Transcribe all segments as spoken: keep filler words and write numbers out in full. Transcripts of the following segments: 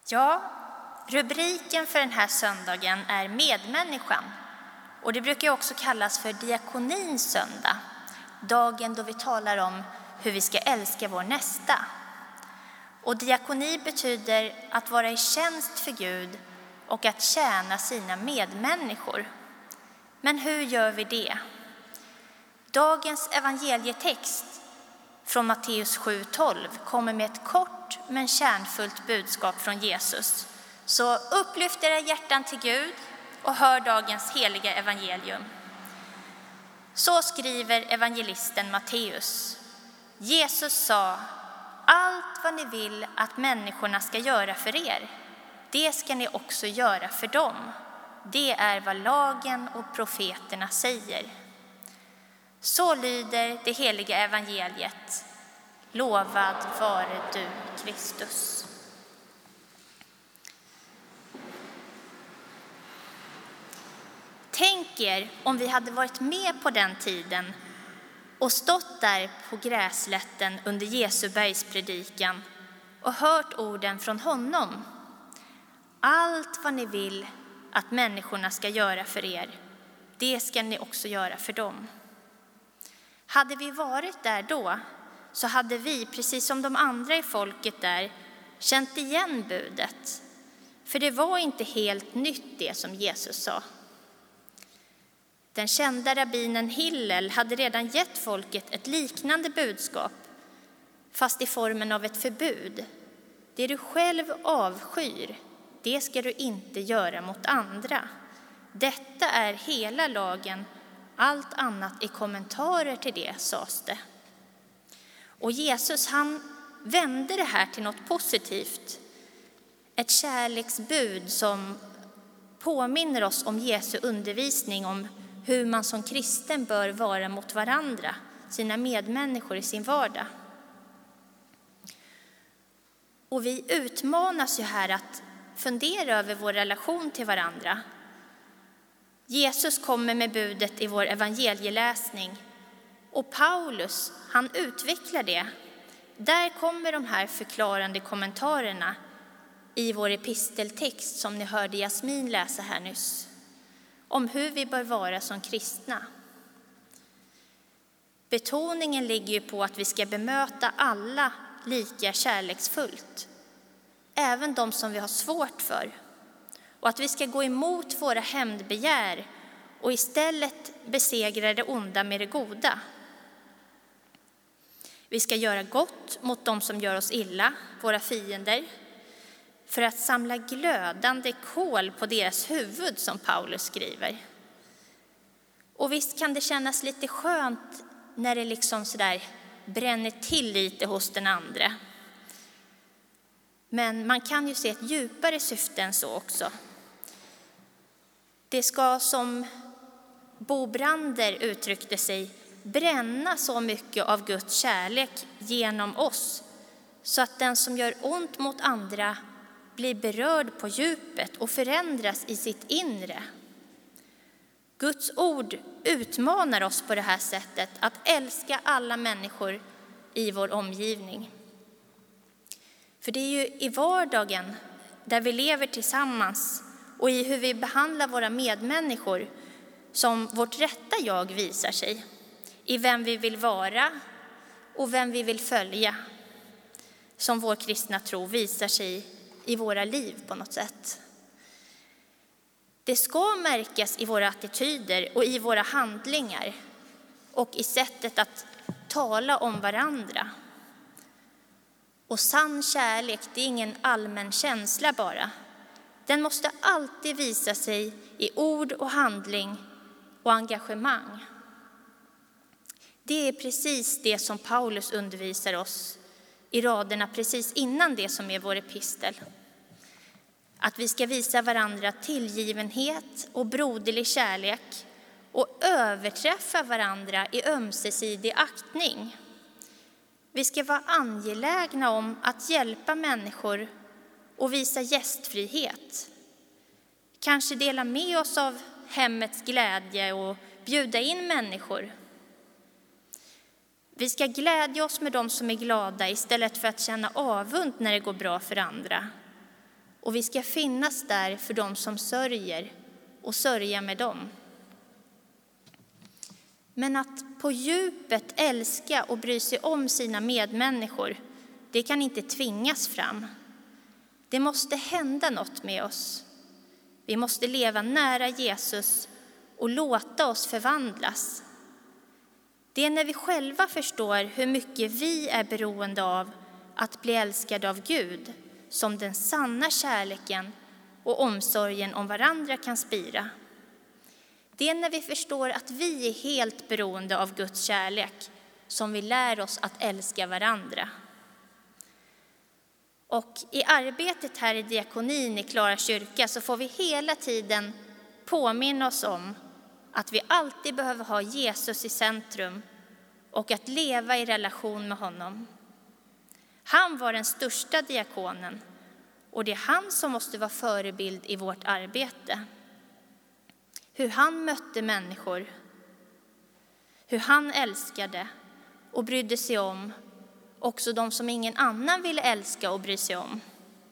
Ja, rubriken för den här söndagen är Medmänniskan. Och det brukar också kallas för diakonins söndag. Dagen då vi talar om hur vi ska älska vår nästa. Och diakoni betyder att vara i tjänst för Gud och att tjäna sina medmänniskor. Men hur gör vi det? Dagens evangelietext från Matteus sju tolv kommer med ett kort men kärnfullt budskap från Jesus. Så upplyft era hjärtan till Gud och hör dagens heliga evangelium. Så skriver evangelisten Matteus. Jesus sa: allt vad ni vill att människorna ska göra för er, det ska ni också göra för dem. Det är vad lagen och profeterna säger. Så lyder det heliga evangeliet. Lovad vare du, Kristus. Tänk er om vi hade varit med på den tiden och stått där på gräslätten under Jesu bergspredikan och hört orden från honom. Allt vad ni vill att människorna ska göra för er, det ska ni också göra för dem. Hade vi varit där då, så hade vi, precis som de andra i folket där, känt igen budet. För det var inte helt nytt det som Jesus sa. Den kända rabbinen Hillel hade redan gett folket ett liknande budskap, fast i formen av ett förbud. Det du själv avskyr, det ska du inte göra mot andra. Detta är hela lagen, allt annat är kommentarer till det, sades det. Och Jesus, han vände det här till något positivt. Ett kärleksbud som påminner oss om Jesu undervisning om hur man som kristen bör vara mot varandra, sina medmänniskor i sin vardag. Och vi utmanas ju här att fundera över vår relation till varandra. Jesus kommer med budet i vår evangelieläsning och Paulus, han utvecklar det. Där kommer de här förklarande kommentarerna i vår episteltext som ni hörde Jasmin läsa här nyss, om hur vi bör vara som kristna. Betoningen ligger ju på att vi ska bemöta alla lika kärleksfullt, även de som vi har svårt för. Och att vi ska gå emot våra hämndbegär och istället besegra det onda med det goda. Vi ska göra gott mot de som gör oss illa, våra fiender, för att samla glödande kol på deras huvud, som Paulus skriver. Och visst kan det kännas lite skönt när det liksom sådär bränner till lite hos den andra. Men man kan ju se ett djupare syfte än så också. Det ska, som Bo Brander uttryckte sig, bränna så mycket av Guds kärlek genom oss så att den som gör ont mot andra blir berörd på djupet och förändras i sitt inre. Guds ord utmanar oss på det här sättet att älska alla människor i vår omgivning. För det är ju i vardagen där vi lever tillsammans och i hur vi behandlar våra medmänniskor som vårt rätta jag visar sig. I vem vi vill vara och vem vi vill följa. Som vår kristna tro visar sig i våra liv på något sätt. Det ska märkas i våra attityder och i våra handlingar och i sättet att tala om varandra. Och sann kärlek, det är ingen allmän känsla bara. Den måste alltid visa sig i ord och handling och engagemang. Det är precis det som Paulus undervisar oss i raderna precis innan det som är vår epistel. Att vi ska visa varandra tillgivenhet och broderlig kärlek och överträffa varandra i ömsesidig aktning. Vi ska vara angelägna om att hjälpa människor och visa gästfrihet. Kanske dela med oss av hemmets glädje och bjuda in människor. Vi ska glädja oss med dem som är glada istället för att känna avund när det går bra för andra. Och vi ska finnas där för dem som sörjer och sörja med dem. Men att på djupet älska och bry sig om sina medmänniskor, det kan inte tvingas fram. Det måste hända något med oss. Vi måste leva nära Jesus och låta oss förvandlas. Det är när vi själva förstår hur mycket vi är beroende av att bli älskade av Gud som den sanna kärleken och omsorgen om varandra kan spira. Det är när vi förstår att vi är helt beroende av Guds kärlek som vi lär oss att älska varandra. Och i arbetet här i diakonin i Klara kyrka så får vi hela tiden påminna oss om att vi alltid behöver ha Jesus i centrum och att leva i relation med honom. Han var den största diakonen och det är han som måste vara förebild i vårt arbete. Hur han mötte människor, hur han älskade och brydde sig om också de som ingen annan ville älska och bry sig om.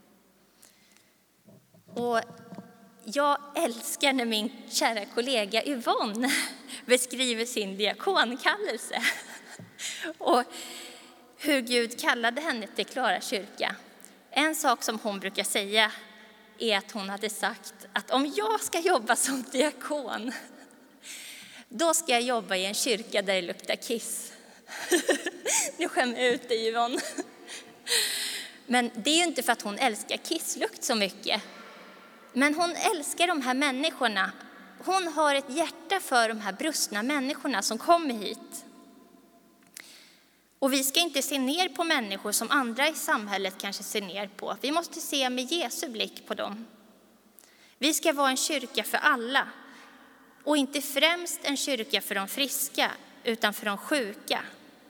Och jag älskar när min kära kollega Yvonne beskriver sin diakonkallelse och hur Gud kallade henne till Klara kyrka. En sak som hon brukar säga är att hon hade sagt att om jag ska jobba som diakon, då ska jag jobba i en kyrka där det luktar kiss. Nu skämmer jag ut dig, Yvonne. Men det är ju inte för att hon älskar kisslukt så mycket. Men hon älskar de här människorna. Hon har ett hjärta för de här brustna människorna som kommer hit. Och vi ska inte se ner på människor som andra i samhället kanske ser ner på. Vi måste se med Jesu blick på dem. Vi ska vara en kyrka för alla. Och inte främst en kyrka för de friska, utan för de sjuka.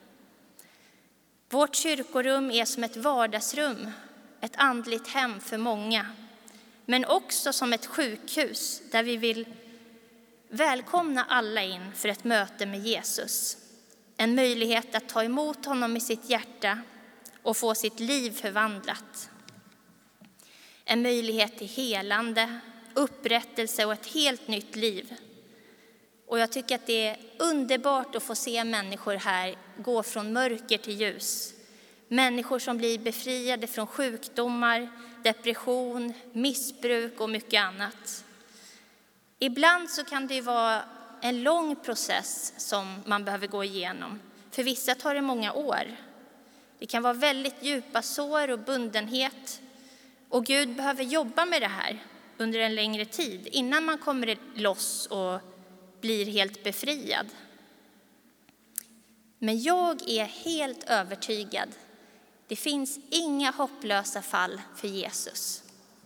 Vårt kyrkorum är som ett vardagsrum, ett andligt hem för många. Men också som ett sjukhus där vi vill välkomna alla in för ett möte med Jesus. En möjlighet att ta emot honom i sitt hjärta och få sitt liv förvandlat. En möjlighet till helande, upprättelse och ett helt nytt liv. Och jag tycker att det är underbart att få se människor här gå från mörker till ljus. Människor som blir befriade från sjukdomar, depression, missbruk och mycket annat. Ibland så kan det vara en lång process som man behöver gå igenom. För vissa tar det många år. Det kan vara väldigt djupa sår och bundenhet. Och Gud behöver jobba med det här under en längre tid innan man kommer loss och blir helt befriad. Men jag är helt övertygad. Det finns inga hopplösa fall för Jesus.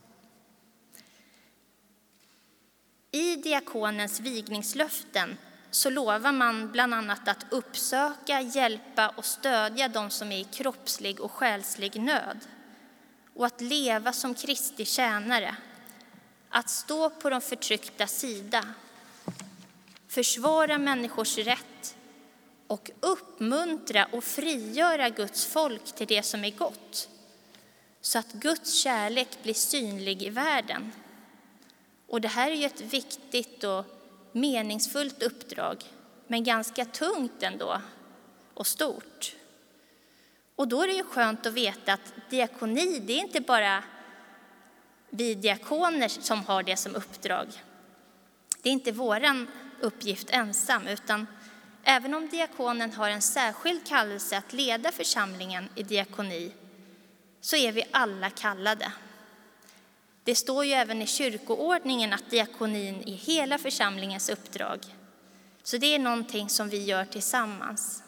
I diakonens vigningslöften så lovar man bland annat att uppsöka, hjälpa och stödja de som är i kroppslig och själslig nöd. Och att leva som Kristi tjänare. Att stå på de förtryckta sida. Försvara människors rätt. Och uppmuntra och frigöra Guds folk till det som är gott. Så att Guds kärlek blir synlig i världen. Och det här är ju ett viktigt och meningsfullt uppdrag. Men ganska tungt ändå. Och stort. Och då är det ju skönt att veta att diakoni, det är inte bara vi diakoner som har det som uppdrag. Det är inte våran uppgift ensam, utan även om diakonen har en särskild kallelse att leda församlingen i diakoni, så är vi alla kallade. Det står ju även i kyrkoordningen att diakonin är hela församlingens uppdrag. Så det är någonting som vi gör tillsammans.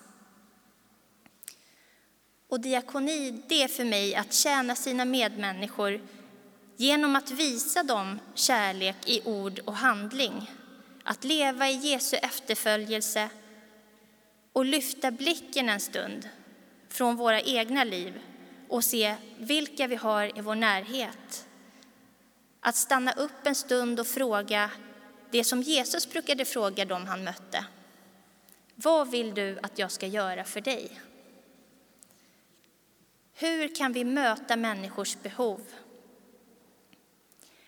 Och diakoni, det är för mig att tjäna sina medmänniskor genom att visa dem kärlek i ord och handling. Att leva i Jesu efterföljelse och lyfta blicken en stund från våra egna liv och se vilka vi har i vår närhet. Att stanna upp en stund och fråga det som Jesus brukade fråga dem han mötte. Vad vill du att jag ska göra för dig? Hur kan vi möta människors behov?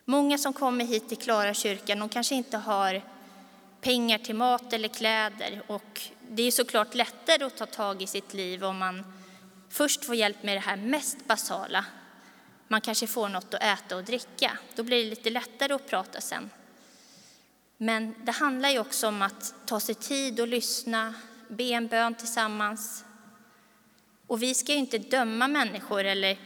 Många som kommer hit till Klara kyrkan, de kanske inte har pengar till mat eller kläder. Och det är såklart lättare att ta tag i sitt liv om man först får hjälp med det här mest basala. Man kanske får något att äta och dricka. Då blir det lite lättare att prata sen. Men det handlar ju också om att ta sig tid och lyssna, be en bön tillsammans. Och vi ska ju inte döma människor eller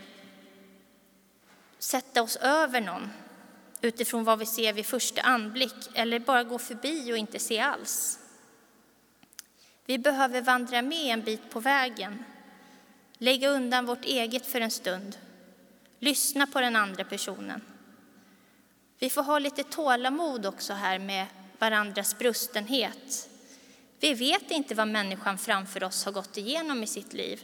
sätta oss över någon utifrån vad vi ser vid första anblick eller bara gå förbi och inte se alls. Vi behöver vandra med en bit på vägen, lägga undan vårt eget för en stund, lyssna på den andra personen. Vi får ha lite tålamod också här med varandras brustenhet. Vi vet inte vad människan framför oss har gått igenom i sitt liv.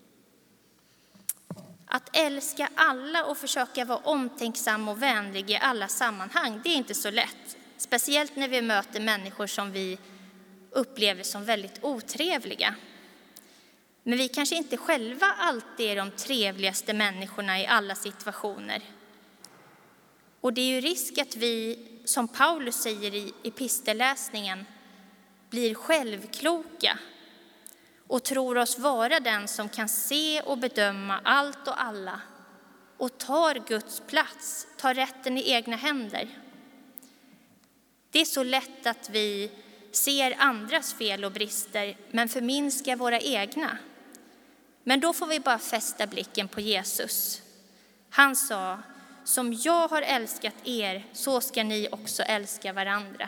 Att älska alla och försöka vara omtänksam och vänlig i alla sammanhang, det är inte så lätt. Speciellt när vi möter människor som vi upplever som väldigt otrevliga. Men vi kanske inte själva alltid är de trevligaste människorna i alla situationer. Och det är ju risk att vi, som Paulus säger i epistelläsningen, blir självkloka och tror oss vara den som kan se och bedöma allt och alla och tar Guds plats, tar rätten i egna händer. Det är så lätt att vi ser andras fel och brister men förminskar våra egna. Men då får vi bara fästa blicken på Jesus. Han sa: som jag har älskat er, så ska ni också älska varandra.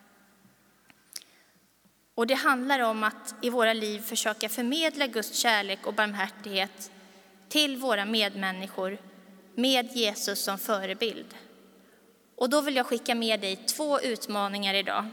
Och det handlar om att i våra liv försöka förmedla Guds kärlek och barmhärtighet till våra medmänniskor med Jesus som förebild. Och då vill jag skicka med dig två utmaningar idag.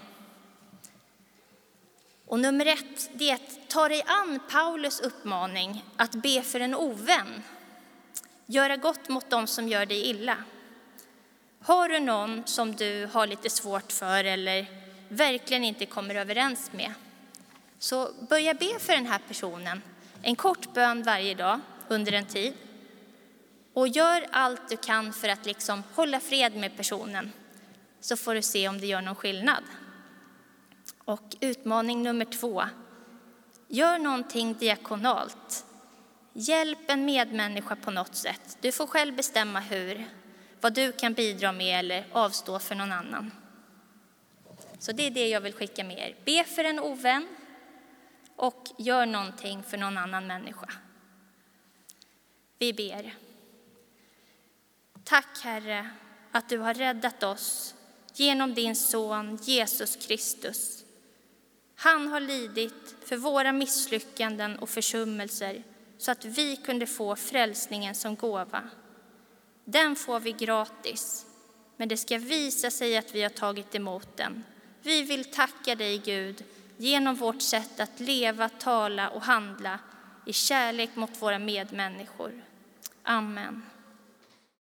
Och nummer ett, det är att ta dig an Paulus uppmaning att be för en ovän. Göra gott mot dem som gör dig illa. Har du någon som du har lite svårt för eller verkligen inte kommer överens med, så börja be för den här personen. En kort bön varje dag under en tid. Och gör allt du kan för att liksom hålla fred med personen. Så får du se om det gör någon skillnad. Och utmaning nummer två. Gör någonting diakonalt. Hjälp en medmänniska på något sätt. Du får själv bestämma hur. Vad du kan bidra med eller avstå för någon annan. Så det är det jag vill skicka med er. Be för en ovän och gör någonting för någon annan människa. Vi ber. Tack Herre att du har räddat oss genom din son Jesus Kristus. Han har lidit för våra misslyckanden och försummelser så att vi kunde få frälsningen som gåva. Den får vi gratis, men det ska visa sig att vi har tagit emot den. Vi vill tacka dig Gud genom vårt sätt att leva, tala och handla i kärlek mot våra medmänniskor. Amen.